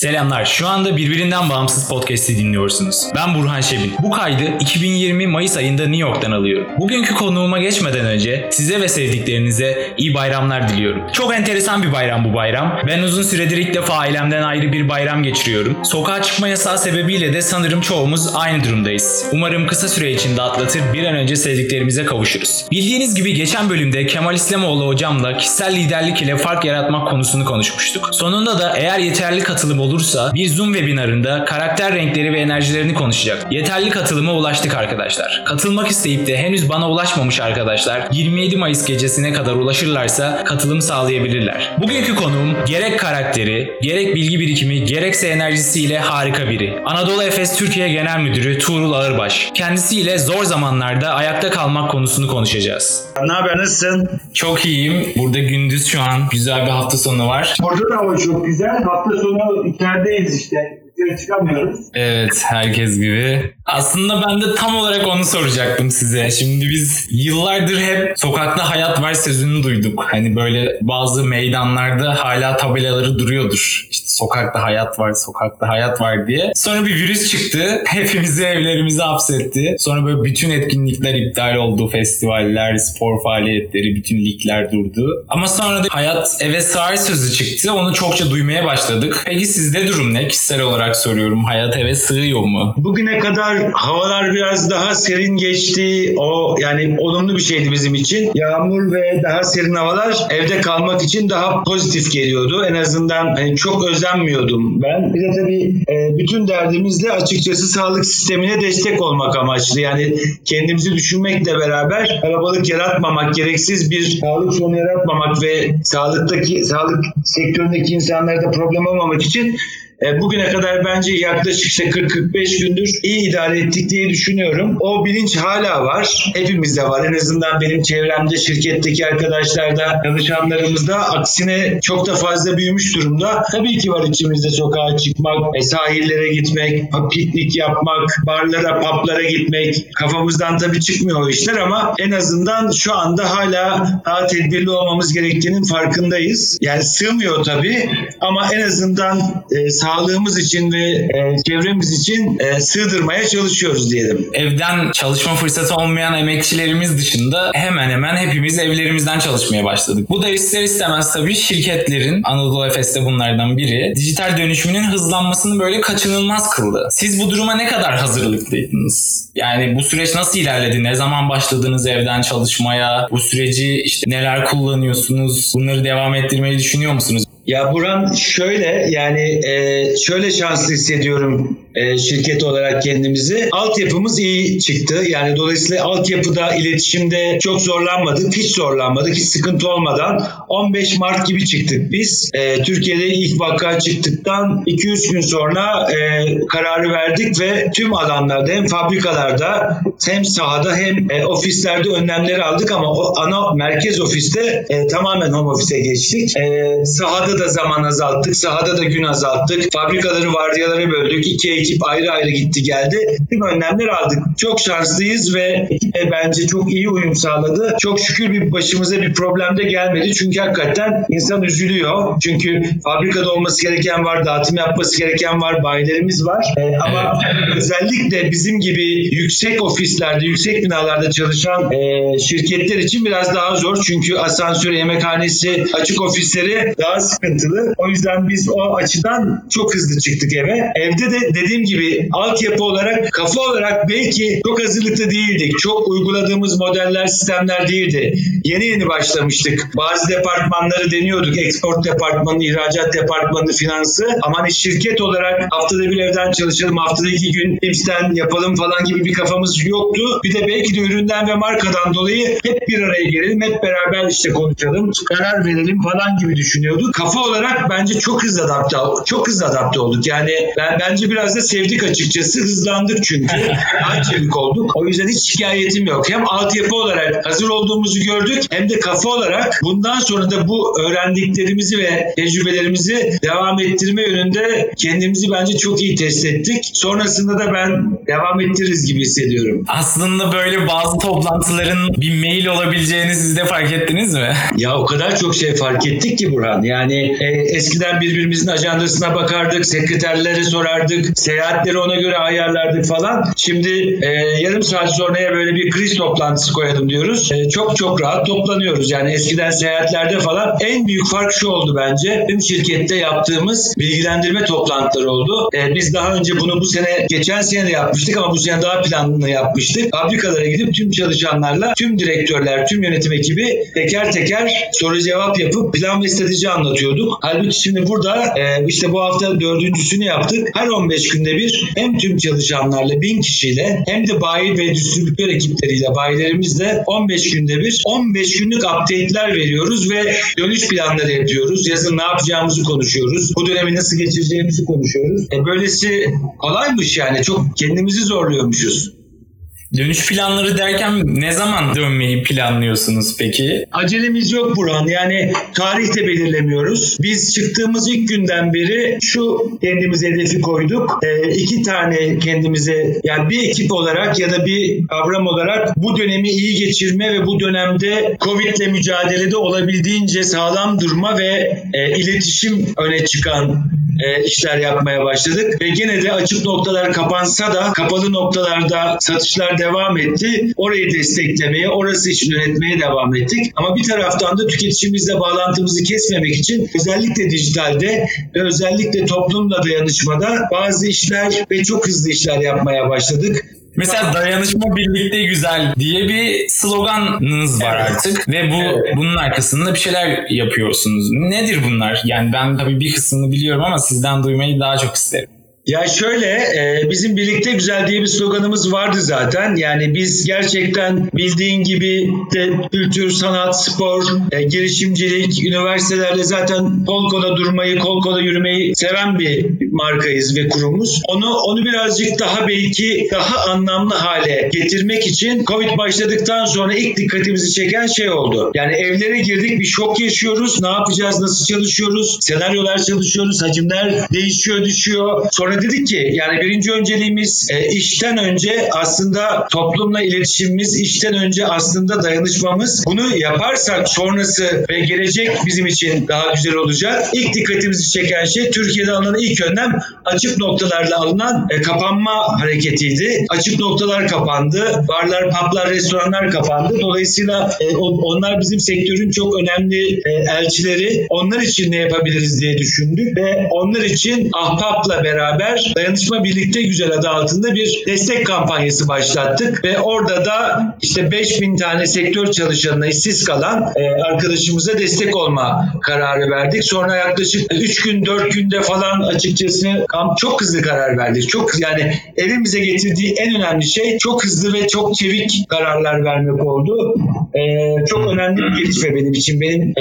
Selamlar. Şu anda birbirinden bağımsız podcast'i dinliyorsunuz. Ben Burhan Şebin. Bu kaydı 2020 Mayıs ayında New York'tan alıyorum. Bugünkü konuğuma geçmeden önce size ve sevdiklerinize iyi bayramlar diliyorum. Çok enteresan bir bayram bu bayram. Ben uzun süredir ilk defa ailemden ayrı bir bayram geçiriyorum. Sokağa çıkma yasağı sebebiyle de sanırım çoğumuz aynı durumdayız. Umarım kısa süre içinde atlatır, bir an önce sevdiklerimize kavuşuruz. Bildiğiniz gibi geçen bölümde Kemal İslamoğlu hocamla kişisel liderlik ile fark yaratmak konusunu konuşmuştuk. Sonunda da eğer yeterli katılım olursa bir Zoom webinarında karakter renkleri ve enerjilerini konuşacak. Yeterli katılıma ulaştık arkadaşlar. Katılmak isteyip de henüz bana ulaşmamış arkadaşlar 27 Mayıs gecesine kadar ulaşırlarsa katılım sağlayabilirler. Bugünkü konuğum gerek karakteri, gerek bilgi birikimi, gerekse enerjisiyle harika biri. Anadolu Efes Türkiye Genel Müdürü Tuğrul Ağırbaş. Kendisiyle zor zamanlarda ayakta kalmak konusunu konuşacağız. Ne haber, nasılsın? Çok iyiyim. Burada gündüz şu an. Güzel bir hafta sonu var. Burada da hava çok güzel. Hafta sonu içerideyiz işte. Çıkamıyoruz. Evet, herkes gibi. Aslında ben de tam olarak onu soracaktım size. Şimdi biz yıllardır hep sokakta hayat var sözünü duyduk. Hani böyle bazı meydanlarda hala tabelaları duruyordur. İşte sokakta hayat var, sokakta hayat var diye. Sonra bir virüs çıktı. Hepimizi evlerimize hapsetti. Sonra böyle bütün etkinlikler iptal oldu. Festivaller, spor faaliyetleri, bütün ligler durdu. Ama sonra da hayat eve sığar sözü çıktı. Onu çokça duymaya başladık. Peki sizde durum ne? Kişisel olarak soruyorum. Hayat eve sığıyor mu? Bugüne kadar havalar biraz daha serin geçti. O yani olumlu bir şeydi bizim için. Yağmur ve daha serin havalar evde kalmak için daha pozitif geliyordu. En azından hani çok özenmiyordum ben. Bir de tabii bütün derdimizle açıkçası sağlık sistemine destek olmak amaçlı. Yani kendimizi düşünmekle beraber kalabalık yaratmamak, gereksiz bir sağlık sorunu yaratmamak ve sağlık sektöründeki insanlarda problem olmamak için bugüne kadar bence yaklaşık işte 40-45 gündür iyi idare ettik diye düşünüyorum. O bilinç hala var. Hepimizde var. En azından benim çevremde, şirketteki arkadaşlarda, çalışanlarımızda aksine çok da fazla büyümüş durumda. Tabii ki var içimizde sokağa çıkmak, sahillere gitmek, piknik yapmak, barlara, publara gitmek. Kafamızdan tabii çıkmıyor o işler ama en azından şu anda hala daha tedbirli olmamız gerektiğinin farkındayız. Yani sığmıyor tabii ama en azından sağlığımız için ve çevremiz için sığdırmaya çalışıyoruz diyelim. Evden çalışma fırsatı olmayan emekçilerimiz dışında hemen hemen hepimiz evlerimizden çalışmaya başladık. Bu da ister istemez tabii şirketlerin, Anadolu Efes'te bunlardan biri, dijital dönüşümünün hızlanmasını böyle kaçınılmaz kıldı. Siz bu duruma ne kadar hazırlıklıydınız? Yani bu süreç nasıl ilerledi? Ne zaman başladınız evden çalışmaya? Bu süreci işte neler kullanıyorsunuz? Bunları devam ettirmeyi düşünüyor musunuz? Ya Burhan şöyle yani şöyle şanslı hissediyorum şirket olarak kendimizi. Altyapımız iyi çıktı. Yani dolayısıyla altyapıda, iletişimde çok zorlanmadık. Hiç zorlanmadık. Hiç sıkıntı olmadan 15 Mart gibi çıktık biz. Türkiye'de ilk vaka çıktıktan 2-3 gün sonra kararı verdik ve tüm alanlarda hem fabrikalarda hem sahada hem ofislerde önlemleri aldık ama o ana merkez ofiste tamamen home office'e geçtik. Sahada da zaman azalttık. Sahada da gün azalttık. Fabrikaları vardiyalara böldük. 2 ekip ayrı ayrı gitti geldi. Tüm önlemler aldık. Çok şanslıyız ve ekip bence çok iyi uyum sağladı. Çok şükür başımıza bir problem de gelmedi. Çünkü hakikaten insan üzülüyor. Çünkü fabrikada olması gereken var, dağıtım yapması gereken var, bayilerimiz var. Ama özellikle bizim gibi yüksek ofislerde, yüksek binalarda çalışan şirketler için biraz daha zor. Çünkü asansör, yemekhanesi, açık ofisleri daha sıkıntılı. O yüzden biz o açıdan çok hızlı çıktık eve. Evde de dediğim gibi altyapı olarak, kafa olarak belki çok hazırlıklı değildik. Çok uyguladığımız modeller, sistemler değildi. Yeni başlamıştık. Bazı departmanları deniyorduk. Export departmanı, ihracat departmanı, finansı. Ama hani şirket olarak haftada bir evden çalışalım, haftada 2 gün Teams'ten yapalım falan gibi bir kafamız yoktu. Bir de belki de üründen ve markadan dolayı hep bir araya gelelim, hep beraber işte konuşalım, karar verelim falan gibi düşünüyorduk. Kafa olarak bence çok hızlı adapte olduk. Yani bence biraz da da sevdik açıkçası. Hızlandık çünkü. Daha çevik olduk. O yüzden hiç şikayetim yok. Hem altyapı olarak hazır olduğumuzu gördük hem de kafa olarak bundan sonra da bu öğrendiklerimizi ve tecrübelerimizi devam ettirme yönünde kendimizi bence çok iyi test ettik. Sonrasında da ben devam ettiririz gibi hissediyorum. Aslında böyle bazı toplantıların bir mail olabileceğini siz de fark ettiniz mi? Ya o kadar çok şey fark ettik ki Burhan. Yani eskiden birbirimizin ajandasına bakardık, sekreterlere sorardık, seyahatleri ona göre ayarlardık falan. Şimdi yarım saat sonraya böyle bir kriz toplantısı koyalım diyoruz. Çok çok rahat toplanıyoruz. Yani eskiden seyahatlerde falan en büyük fark şu oldu bence. Tüm şirkette yaptığımız bilgilendirme toplantıları oldu. Biz daha önce bunu geçen sene de yapmıştık ama bu sene daha planlı yapmıştık. Fabrikalara gidip tüm çalışanlarla, tüm direktörler, tüm yönetim ekibi teker teker soru cevap yapıp plan ve strateji anlatıyorduk. Halbuki şimdi burada işte bu hafta 4.'sünü yaptık. Her 15 günde bir hem tüm çalışanlarla 1000 kişiyle hem de bayi ve distribütör ekipleriyle, bayilerimizle 15 günde bir 15 günlük update'ler veriyoruz ve dönüş planları yapıyoruz. Yazın ne yapacağımızı konuşuyoruz. Bu dönemi nasıl geçireceğimizi konuşuyoruz. Böylesi kolaymış yani. Çok kendimizi zorluyormuşuz. Dönüş planları derken ne zaman dönmeyi planlıyorsunuz peki? Acelemiz yok Burhan. Yani tarih de belirlemiyoruz. Biz çıktığımız ilk günden beri şu kendimize hedefi koyduk. 2 tane kendimize, yani bir ekip olarak ya da bir kavram olarak bu dönemi iyi geçirme ve bu dönemde Covid'le mücadelede olabildiğince sağlam durma ve iletişim öne çıkan işler yapmaya başladık ve gene de açık noktalar kapansa da kapalı noktalarda satışlar devam etti. Orayı desteklemeye, orası için üretmeye devam ettik. Ama bir taraftan da tüketicimizle bağlantımızı kesmemek için özellikle dijitalde ve özellikle toplumla dayanışmada bazı işler ve çok hızlı işler yapmaya başladık. Mesela dayanışma birlikte güzel diye bir sloganınız var artık ve bunun arkasında bir şeyler yapıyorsunuz. Nedir bunlar? Yani ben tabii bir kısmını biliyorum ama sizden duymayı daha çok isterim. Ya şöyle, bizim birlikte güzel diye bir sloganımız vardı zaten. Yani biz gerçekten bildiğin gibi de kültür, sanat, spor, girişimcilik, üniversitelerle zaten kol kola durmayı, kol kola yürümeyi seven bir markayız ve kurumuz. Onu birazcık daha belki daha anlamlı hale getirmek için Covid başladıktan sonra ilk dikkatimizi çeken şey oldu. Yani evlere girdik, bir şok yaşıyoruz. Ne yapacağız, nasıl çalışıyoruz? Senaryolar çalışıyoruz, hacimler değişiyor, düşüyor. Sonra dedik ki yani birinci önceliğimiz işten önce aslında toplumla iletişimimiz, işten önce aslında dayanışmamız. Bunu yaparsak sonrası ve gelecek bizim için daha güzel olacak. İlk dikkatimizi çeken şey Türkiye'de alınan ilk önlem açık noktalarla alınan kapanma hareketiydi. Açık noktalar kapandı. Barlar, publar, restoranlar kapandı. Dolayısıyla onlar bizim sektörün çok önemli elçileri. Onlar için ne yapabiliriz diye düşündük ve onlar için Ahbap'la beraber Dayanışma Birlikte Güzel adı altında bir destek kampanyası başlattık ve orada da işte 5000 tane sektör çalışanına işsiz kalan arkadaşımıza destek olma kararı verdik. Sonra yaklaşık 3 gün 4 günde falan açıkçası çok hızlı karar verdik. Yani evimize getirdiği en önemli şey çok hızlı ve çok çevik kararlar vermek oldu. Çok önemli bir gelişme benim için. Benim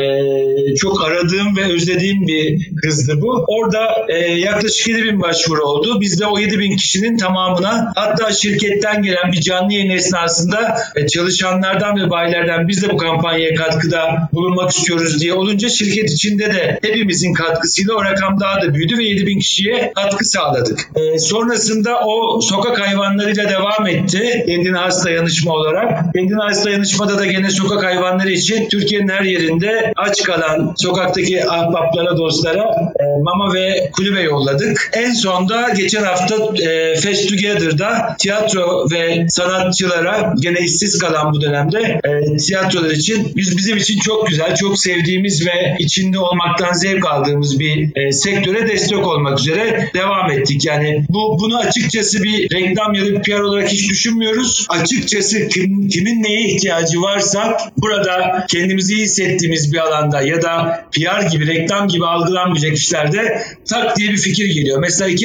çok aradığım ve özlediğim bir hızdı bu. Orada yaklaşık 7.000 başvuru oldu. Biz de o 7.000 kişinin tamamına, hatta şirketten gelen bir canlı yayın esnasında çalışanlardan ve bayilerden biz de bu kampanyaya katkıda bulunmak istiyoruz diye olunca şirket içinde de hepimizin katkısıyla o rakam daha da büyüdü ve 7.000 kişiye katkı sağladık. Sonrasında o sokak hayvanlarıyla devam etti. Kendine has dayanışma olarak. Kendine has dayanışmada da gene sokak hayvanları için Türkiye'nin her yerinde aç kalan sokaktaki ahbaplara, dostlara mama ve kulübe yolladık. En sonda geçen hafta Fest Together'da tiyatro ve sanatçılara, gene işsiz kalan bu dönemde tiyatrolar için bizim için çok güzel, çok sevdiğimiz ve içinde olmaktan zevk aldığımız bir sektöre destek olmak üzere devam ettik. Yani bunu açıkçası bir reklam ya da bir PR olarak hiç düşünmüyoruz. Açıkçası kimin neye ihtiyacı varsa burada kendimizi iyi hissettiğimiz bir alanda ya da PR gibi, reklam gibi algılanmayacak işlerde tak diye bir fikir geliyor. Mesela 2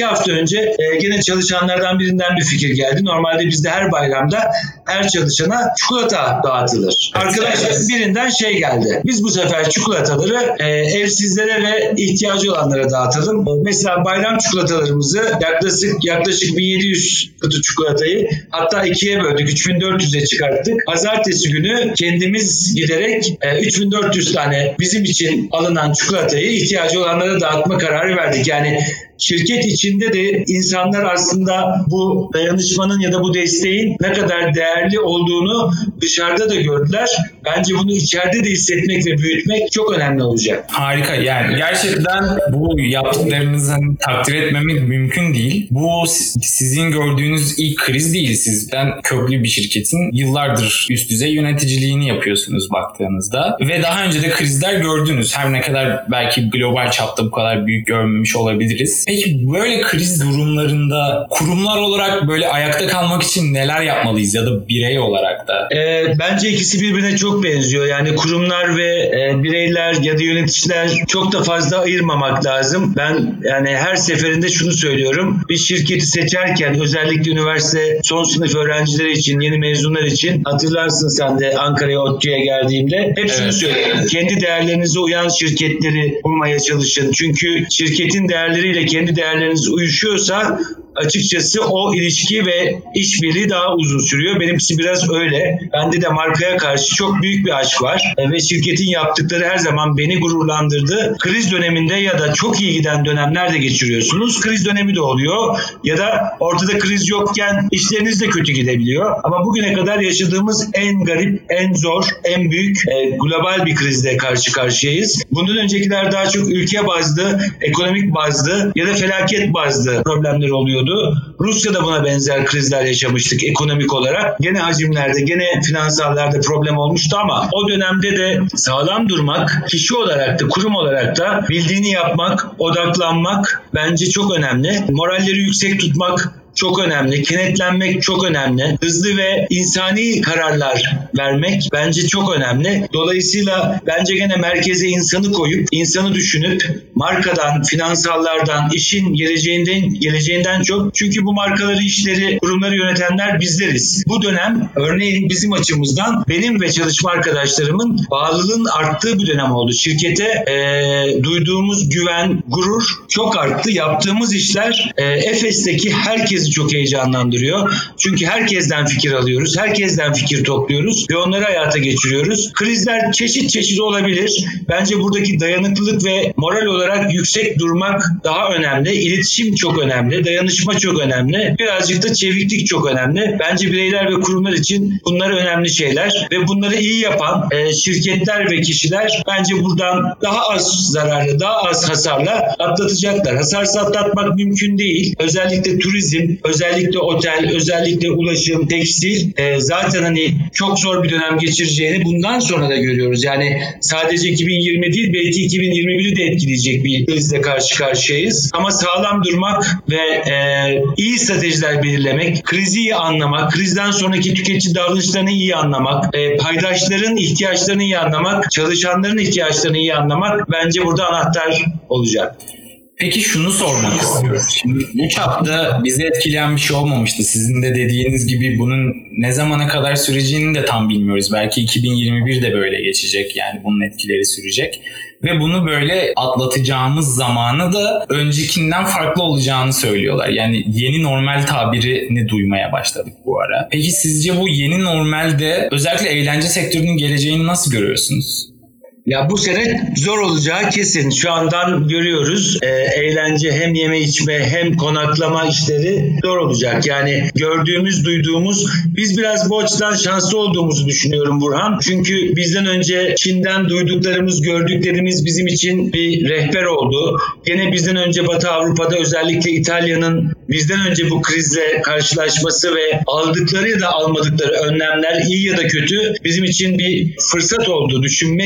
hafta önce gene çalışanlardan birinden bir fikir geldi. Normalde bizde her bayramda her çalışana çikolata dağıtılır. Arkadaşlar birinden şey geldi. Biz bu sefer çikolataları evsizlere ve ihtiyacı olanlara dağıtalım. Mesela bayram çikolatalarımızı yaklaşık 1700 kutu çikolatayı hatta ikiye böldük. 3400'e çıkarttık. Pazartesi günü kendimiz giderek 3400 tane bizim için alınan çikolatayı ihtiyacı olanlara dağıtma kararı verdik. Yani şirket içinde de insanlar aslında bu dayanışmanın ya da bu desteğin ne kadar değerli olduğunu dışarıda da gördüler. Bence bunu içeride de hissetmek ve büyütmek çok önemli olacak. Harika, yani gerçekten bu yaptıklarınızı takdir etmemek mümkün değil. Bu sizin gördüğünüz ilk kriz değil. Sizden köklü bir şirketin yıllardır üst düzey yöneticiliğini yapıyorsunuz baktığınızda. Ve daha önce de krizler gördünüz. Her ne kadar belki global çapta bu kadar büyük görmemiş olabiliriz. Peki böyle kriz durumlarında kurumlar olarak böyle ayakta kalmak için neler yapmalıyız ya da birey olarak da? Bence ikisi birbirine çok benziyor. Yani kurumlar ve bireyler ya da yöneticiler çok da fazla ayırmamak lazım. Ben yani her seferinde şunu söylüyorum. Bir şirketi seçerken özellikle üniversite son sınıf öğrencileri için, yeni mezunlar için hatırlarsın sen de Ankara'ya, ODTÜ'ye geldiğimde hep şunu söylüyorum. Kendi değerlerinize uyan şirketleri bulmaya çalışın. Çünkü şirketin değerleriyle kendi değerleriniz uyuşuyorsa açıkçası o ilişki ve işbirliği daha uzun sürüyor. Benimkisi biraz öyle. Bende de markaya karşı çok büyük bir aşk var. Ve şirketin yaptıkları her zaman beni gururlandırdı. Kriz döneminde ya da çok iyi giden dönemler de geçiriyorsunuz. Kriz dönemi de oluyor. Ya da ortada kriz yokken işleriniz de kötü gidebiliyor. Ama bugüne kadar yaşadığımız en garip, en zor, en büyük global bir krizle karşı karşıyayız. Bundan öncekiler daha çok ülke bazlı, ekonomik bazlı ya da felaket bazlı problemler oluyordu. Rusya'da buna benzer krizler yaşamıştık ekonomik olarak. Gene hacimlerde, gene finansallarda problem olmuştu ama o dönemde de sağlam durmak, kişi olarak da kurum olarak da bildiğini yapmak, odaklanmak bence çok önemli. Moralleri yüksek tutmak çok önemli. Kenetlenmek çok önemli. Hızlı ve insani kararlar vermek bence çok önemli. Dolayısıyla bence gene merkeze insanı koyup, insanı düşünüp markadan, finansallardan, işin geleceğinden çok. Çünkü bu markaları, işleri, kurumları yönetenler bizleriz. Bu dönem örneğin bizim açımızdan benim ve çalışma arkadaşlarımın bağlılığın arttığı bir dönem oldu. Şirkete duyduğumuz güven, gurur çok arttı. Yaptığımız işler Efes'teki herkes çok heyecanlandırıyor. Çünkü herkesten fikir alıyoruz. Herkesten fikir topluyoruz ve onları hayata geçiriyoruz. Krizler çeşit çeşit olabilir. Bence buradaki dayanıklılık ve moral olarak yüksek durmak daha önemli. İletişim çok önemli. Dayanışma çok önemli. Birazcık da çeviklik çok önemli. Bence bireyler ve kurumlar için bunlar önemli şeyler ve bunları iyi yapan şirketler ve kişiler bence buradan daha az zararlı, daha az hasarla atlatacaklar. Hasarsız atlatmak mümkün değil. Özellikle turizm, özellikle otel, özellikle ulaşım, tekstil zaten hani çok zor bir dönem geçireceğini bundan sonra da görüyoruz. Yani sadece 2020 değil belki 2021'i de etkileyecek bir krizle karşı karşıyayız. Ama sağlam durmak ve iyi stratejiler belirlemek, krizi iyi anlamak, krizden sonraki tüketici davranışlarını iyi anlamak, paydaşların ihtiyaçlarını iyi anlamak, çalışanların ihtiyaçlarını iyi anlamak bence burada anahtar olacak. Peki şunu sormak istiyorum. Şimdi bu çapta bizi etkileyen bir şey olmamıştı. Sizin de dediğiniz gibi bunun ne zamana kadar süreceğini de tam bilmiyoruz. Belki 2021 de böyle geçecek, yani bunun etkileri sürecek. Ve bunu böyle atlatacağımız zamanı da öncekinden farklı olacağını söylüyorlar. Yani yeni normal tabirini duymaya başladık bu ara. Peki sizce bu yeni normalde özellikle eğlence sektörünün geleceğini nasıl görüyorsunuz? Ya bu sene zor olacağı kesin. Şu andan görüyoruz. Eğlence, hem yeme içme hem konaklama işleri zor olacak. Yani gördüğümüz, duyduğumuz, biz biraz bu açıdan şanslı olduğumuzu düşünüyorum Burhan. Çünkü bizden önce Çin'den duyduklarımız, gördüklerimiz bizim için bir rehber oldu. Gene bizden önce Batı Avrupa'da özellikle İtalya'nın bizden önce bu krizle karşılaşması ve aldıkları ya da almadıkları önlemler iyi ya da kötü bizim için bir fırsat oldu. Düşünmek ve karar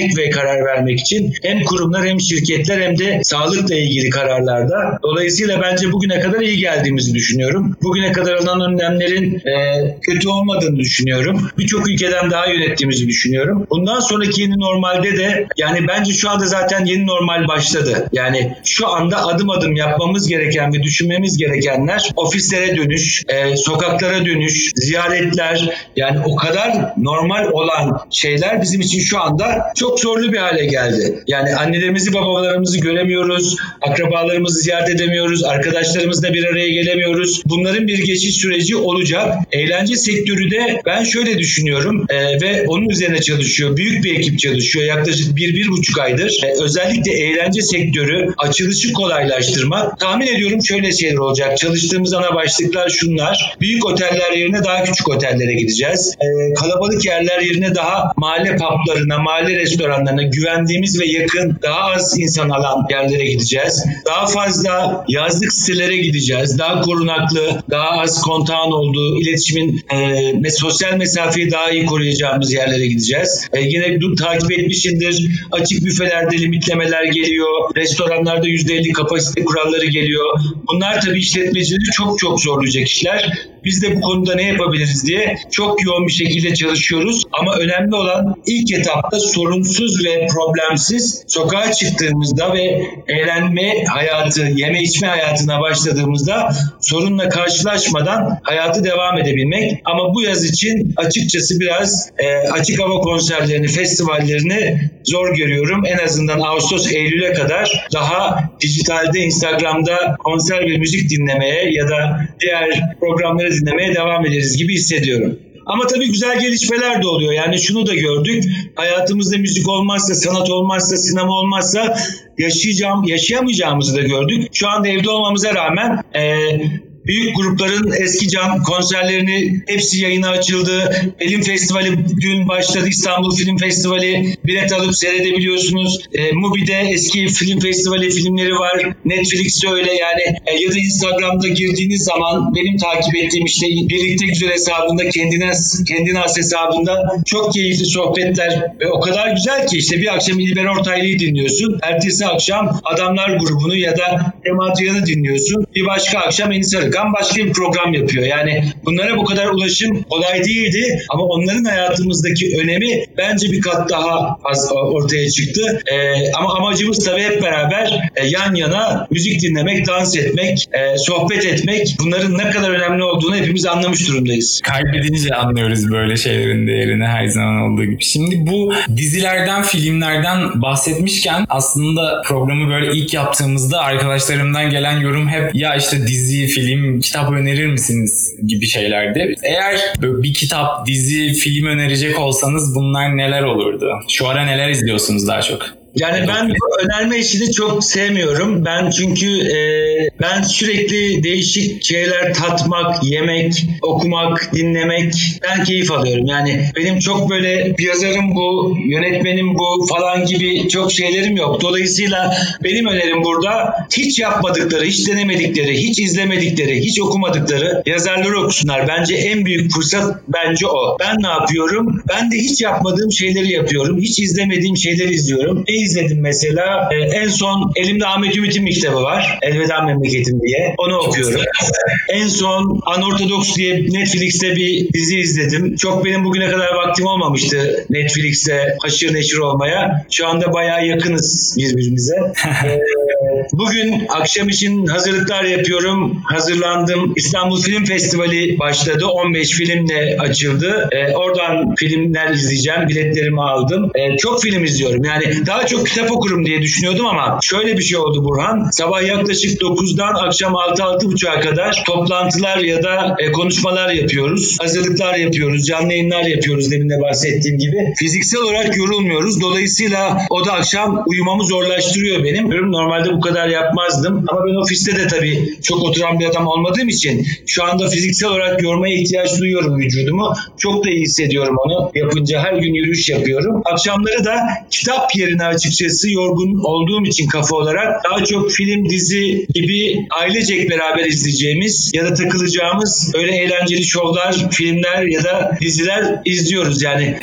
karar vermek için. Hem kurumlar hem şirketler hem de sağlıkla ilgili kararlarda. Dolayısıyla bence bugüne kadar iyi geldiğimizi düşünüyorum. Bugüne kadar alınan önlemlerin kötü olmadığını düşünüyorum. Birçok ülkeden daha yönettiğimizi düşünüyorum. Bundan sonraki yeni normalde de yani bence şu anda zaten yeni normal başladı. Yani şu anda adım adım yapmamız gereken ve düşünmemiz gerekenler ofislere dönüş, sokaklara dönüş, ziyaretler, yani o kadar normal olan şeyler bizim için şu anda çok zorlu bir hale geldi. Yani annelerimizi, babalarımızı göremiyoruz, akrabalarımızı ziyaret edemiyoruz, arkadaşlarımızla bir araya gelemiyoruz. Bunların bir geçiş süreci olacak. Eğlence sektörü de ben şöyle düşünüyorum ve onun üzerine çalışıyor. Büyük bir ekip çalışıyor. Yaklaşık 1-1,5 aydır. Özellikle eğlence sektörü açılışı kolaylaştırmak. Tahmin ediyorum şöyle şeyler olacak. Çalıştığımız ana başlıklar şunlar. Büyük oteller yerine daha küçük otellere gideceğiz. Kalabalık yerler yerine daha mahalle publarına, mahalle restoranlarına, güvendiğimiz ve yakın, daha az insan alan yerlere gideceğiz. Daha fazla yazlık sitelere gideceğiz. Daha korunaklı, daha az kontağın olduğu, iletişimin sosyal mesafeyi daha iyi koruyacağımız yerlere gideceğiz. Yine takip etmişsindir. Açık büfelerde limitlemeler geliyor. Restoranlarda %50 kapasite kuralları geliyor. Bunlar tabii işletmecileri çok çok zorlayacak işler. Biz de bu konuda ne yapabiliriz diye çok yoğun bir şekilde çalışıyoruz. Ama önemli olan ilk etapta sorunsuz ve problemsiz sokağa çıktığımızda ve eğlenme hayatı, yeme içme hayatına başladığımızda sorunla karşılaşmadan hayatı devam edebilmek. Ama bu yaz için açıkçası biraz açık hava konserlerini, festivallerini zor görüyorum. En azından Ağustos-Eylül'e kadar daha dijitalde, Instagram'da konser ve müzik dinlemeye ya da diğer programları dinlemeye devam ederiz gibi hissediyorum. Ama tabii güzel gelişmeler de oluyor. Yani şunu da gördük. Hayatımızda müzik olmazsa, sanat olmazsa, sinema olmazsa yaşayamayacağımızı da gördük. Şu anda evde olmamıza rağmen büyük grupların eski can konserlerini hepsi yayına açıldı. Film Festivali dün başladı. İstanbul Film Festivali, bilet alıp seyredebiliyorsunuz. Mubi'de eski Film Festivali filmleri var. Netflix'te öyle yani. Ya da Instagram'da girdiğiniz zaman benim takip ettiğim işte Birlikte Güzel hesabında, kendine has hesabında çok keyifli sohbetler ve o kadar güzel ki işte bir akşam İlber Ortaylı'yı dinliyorsun. Ertesi akşam Adamlar grubunu ya da Ematriyan'ı dinliyorsun. Bir başka akşam Enis Arıkan başka bir program yapıyor. Yani bunlara bu kadar ulaşım kolay değildi ama onların hayatımızdaki önemi bence bir kat daha az ortaya çıktı. Ama amacımız tabii hep beraber yan yana müzik dinlemek, dans etmek, sohbet etmek, bunların ne kadar önemli olduğunu hepimiz anlamış durumdayız. Kaybedince anlıyoruz böyle şeylerin değerini, her zaman olduğu gibi. Şimdi bu dizilerden, filmlerden bahsetmişken aslında programı böyle ilk yaptığımızda arkadaşlarımdan gelen yorum hep ya işte dizi, film, kitap önerir misiniz gibi şeylerdi. Eğer bir kitap, dizi, film önerecek olsanız bunlar neler olurdu? Şu ara neler izliyorsunuz daha çok? Yani ben bu önerme işini çok sevmiyorum. Ben çünkü ben sürekli değişik şeyler tatmak, yemek, okumak, dinlemekten keyif alıyorum. Yani benim çok böyle bir yazarım bu, yönetmenim bu falan gibi çok şeylerim yok. Dolayısıyla benim önerim burada hiç yapmadıkları, hiç denemedikleri, hiç izlemedikleri, hiç okumadıkları yazarları okusunlar. Bence en büyük fırsat bence o. Ben ne yapıyorum? Ben de hiç yapmadığım şeyleri yapıyorum. Hiç izlemediğim şeyleri izliyorum. İzledim mesela. En son elimde Ahmet Ümit'in bir kitabı var. Elveda Memleketim diye. Onu okuyorum. En son Unorthodox diye Netflix'te bir dizi izledim. Çok benim bugüne kadar vaktim olmamıştı Netflix'te haşır neşir olmaya. Şu anda bayağı yakınız birbirimize. Bugün akşam için hazırlıklar yapıyorum. Hazırlandım. İstanbul Film Festivali başladı. 15 filmle açıldı. Oradan filmler izleyeceğim. Biletlerimi aldım. Çok film izliyorum. Yani daha çok kitap okurum diye düşünüyordum ama şöyle bir şey oldu Burhan. Sabah yaklaşık 9'dan akşam 6-6.30'a kadar toplantılar ya da konuşmalar yapıyoruz. Hazırlıklar yapıyoruz. Canlı yayınlar yapıyoruz demin de bahsettiğim gibi. Fiziksel olarak yorulmuyoruz. Dolayısıyla o da akşam uyumamı zorlaştırıyor benim. Normalde bu kadar yapmazdım. Ama ben ofiste de tabii çok oturan bir adam olmadığım için şu anda fiziksel olarak yormaya ihtiyaç duyuyorum vücudumu. Çok da iyi hissediyorum onu. Yapınca her gün yürüyüş yapıyorum. Akşamları da kitap yerine açıkçası yorgun olduğum için kafa olarak daha çok film, dizi gibi ailecek beraber izleyeceğimiz ya da takılacağımız öyle eğlenceli şovlar, filmler ya da diziler izliyoruz. Yani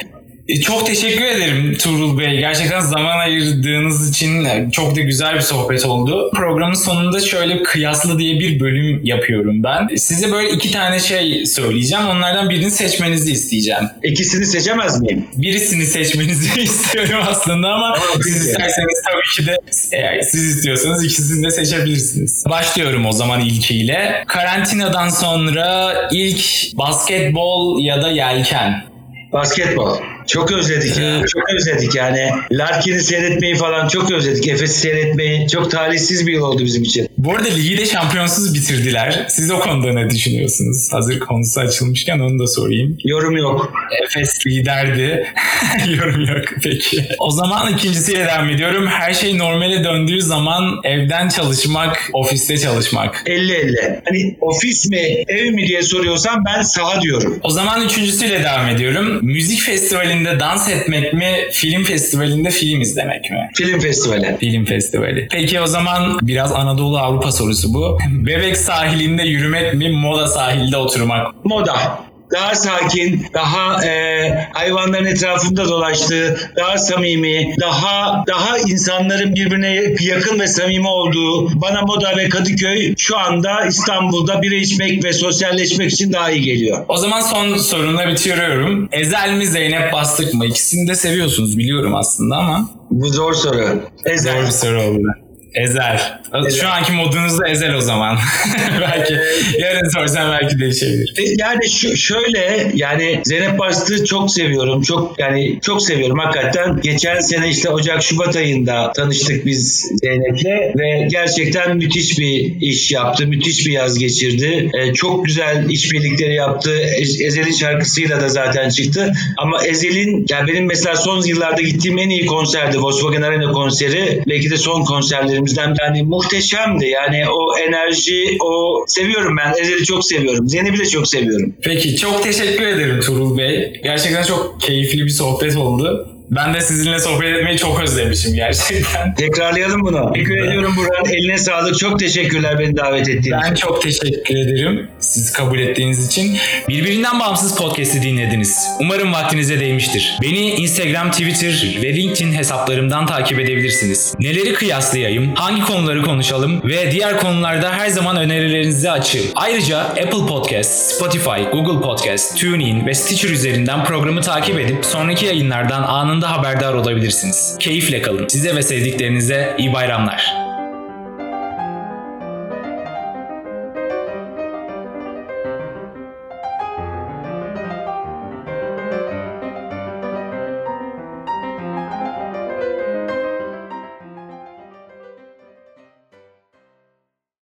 Çok teşekkür ederim Tuğrul Bey. Gerçekten zaman ayırdığınız için çok da güzel bir sohbet oldu. Programın sonunda şöyle kıyaslı diye bir bölüm yapıyorum ben. Size böyle 2 tane şey söyleyeceğim. Onlardan birini seçmenizi isteyeceğim. İkisini seçemez miyim? Birisini seçmenizi istiyorum aslında ama siz isterseniz tabii ki de eğer siz istiyorsanız ikisini de seçebilirsiniz. Başlıyorum o zaman ilkiyle. Karantinadan sonra ilk basketbol ya da yelken? Basketbol. Çok özledik ya. Çok özledik yani. Larkin'i seyretmeyi falan çok özledik. Efes'i seyretmeyi. Çok talihsiz bir yıl oldu bizim için. Bu arada ligi de şampiyonsuz bitirdiler. Siz o konuda ne düşünüyorsunuz? Hazır konusu açılmışken onu da sorayım. Yorum yok. Efes liderdi. Yorum yok. Peki. O zaman ikincisiyle devam ediyorum. Her şey normale döndüğü zaman evden çalışmak, ofiste çalışmak. 50-50. Hani ofis mi, ev mi diye soruyorsan ben saha diyorum. O zaman üçüncüsüyle devam ediyorum. Müzik festivalinde dans etmek mi, film festivalinde film izlemek mi? Film festivali. Film festivali. Peki o zaman biraz Anadolu Avrupa sorusu bu. Bebek sahilinde yürümek mi, Moda sahilde oturmak? Moda. Daha sakin, daha hayvanların etrafında dolaştığı, daha samimi, daha insanların birbirine yakın ve samimi olduğu bana Moda ve Kadıköy şu anda İstanbul'da bira içmek ve sosyalleşmek için daha iyi geliyor. O zaman son sorumla bitiriyorum. Ezel mi, Zeynep Bastık mı? İkisini de seviyorsunuz biliyorum aslında ama. Bu zor soru. Ezel. Zor bir soru oldu. Ezel. Şu anki modunuz da Ezel o zaman. Belki yarın sorsam belki değişebilir. Yani şöyle yani Zeynep Bastık'ı çok seviyorum. Çok seviyorum hakikaten. Geçen sene işte Ocak-Şubat ayında tanıştık biz Zeynep'le ve gerçekten müthiş bir iş yaptı. Müthiş bir yaz geçirdi. Çok güzel işbirlikleri yaptı. Ezel'in şarkısıyla da zaten çıktı. Ama Ezel'in yani benim mesela son yıllarda gittiğim en iyi konserdi Volkswagen Arena konseri. Belki de son konserlerimizden yani muhteşemdi. Yani o enerji, o seviyorum ben. Ezel'i çok seviyorum. Zeynep'i de çok seviyorum. Peki çok teşekkür ederim Tuğrul Bey. Gerçekten çok keyifli bir sohbet oldu. Ben de sizinle sohbet etmeyi çok özlemişim gerçekten. Tekrarlayalım bunu. Teşekkür ediyorum Burhan. Eline sağlık. Çok teşekkürler beni davet ettiğiniz için. Ben çok teşekkür ederim siz kabul ettiğiniz için. Birbirinden Bağımsız Podcast'i dinlediniz. Umarım vaktinize değmiştir. Beni Instagram, Twitter ve LinkedIn hesaplarımdan takip edebilirsiniz. Neleri kıyaslayayım, hangi konuları konuşalım ve diğer konularda her zaman önerilerinizi açığım. Ayrıca Apple Podcast, Spotify, Google Podcast, TuneIn ve Stitcher üzerinden programı takip edip sonraki yayınlardan anında haberdar olabilirsiniz. Keyifle kalın. Size ve sevdiklerinize iyi bayramlar.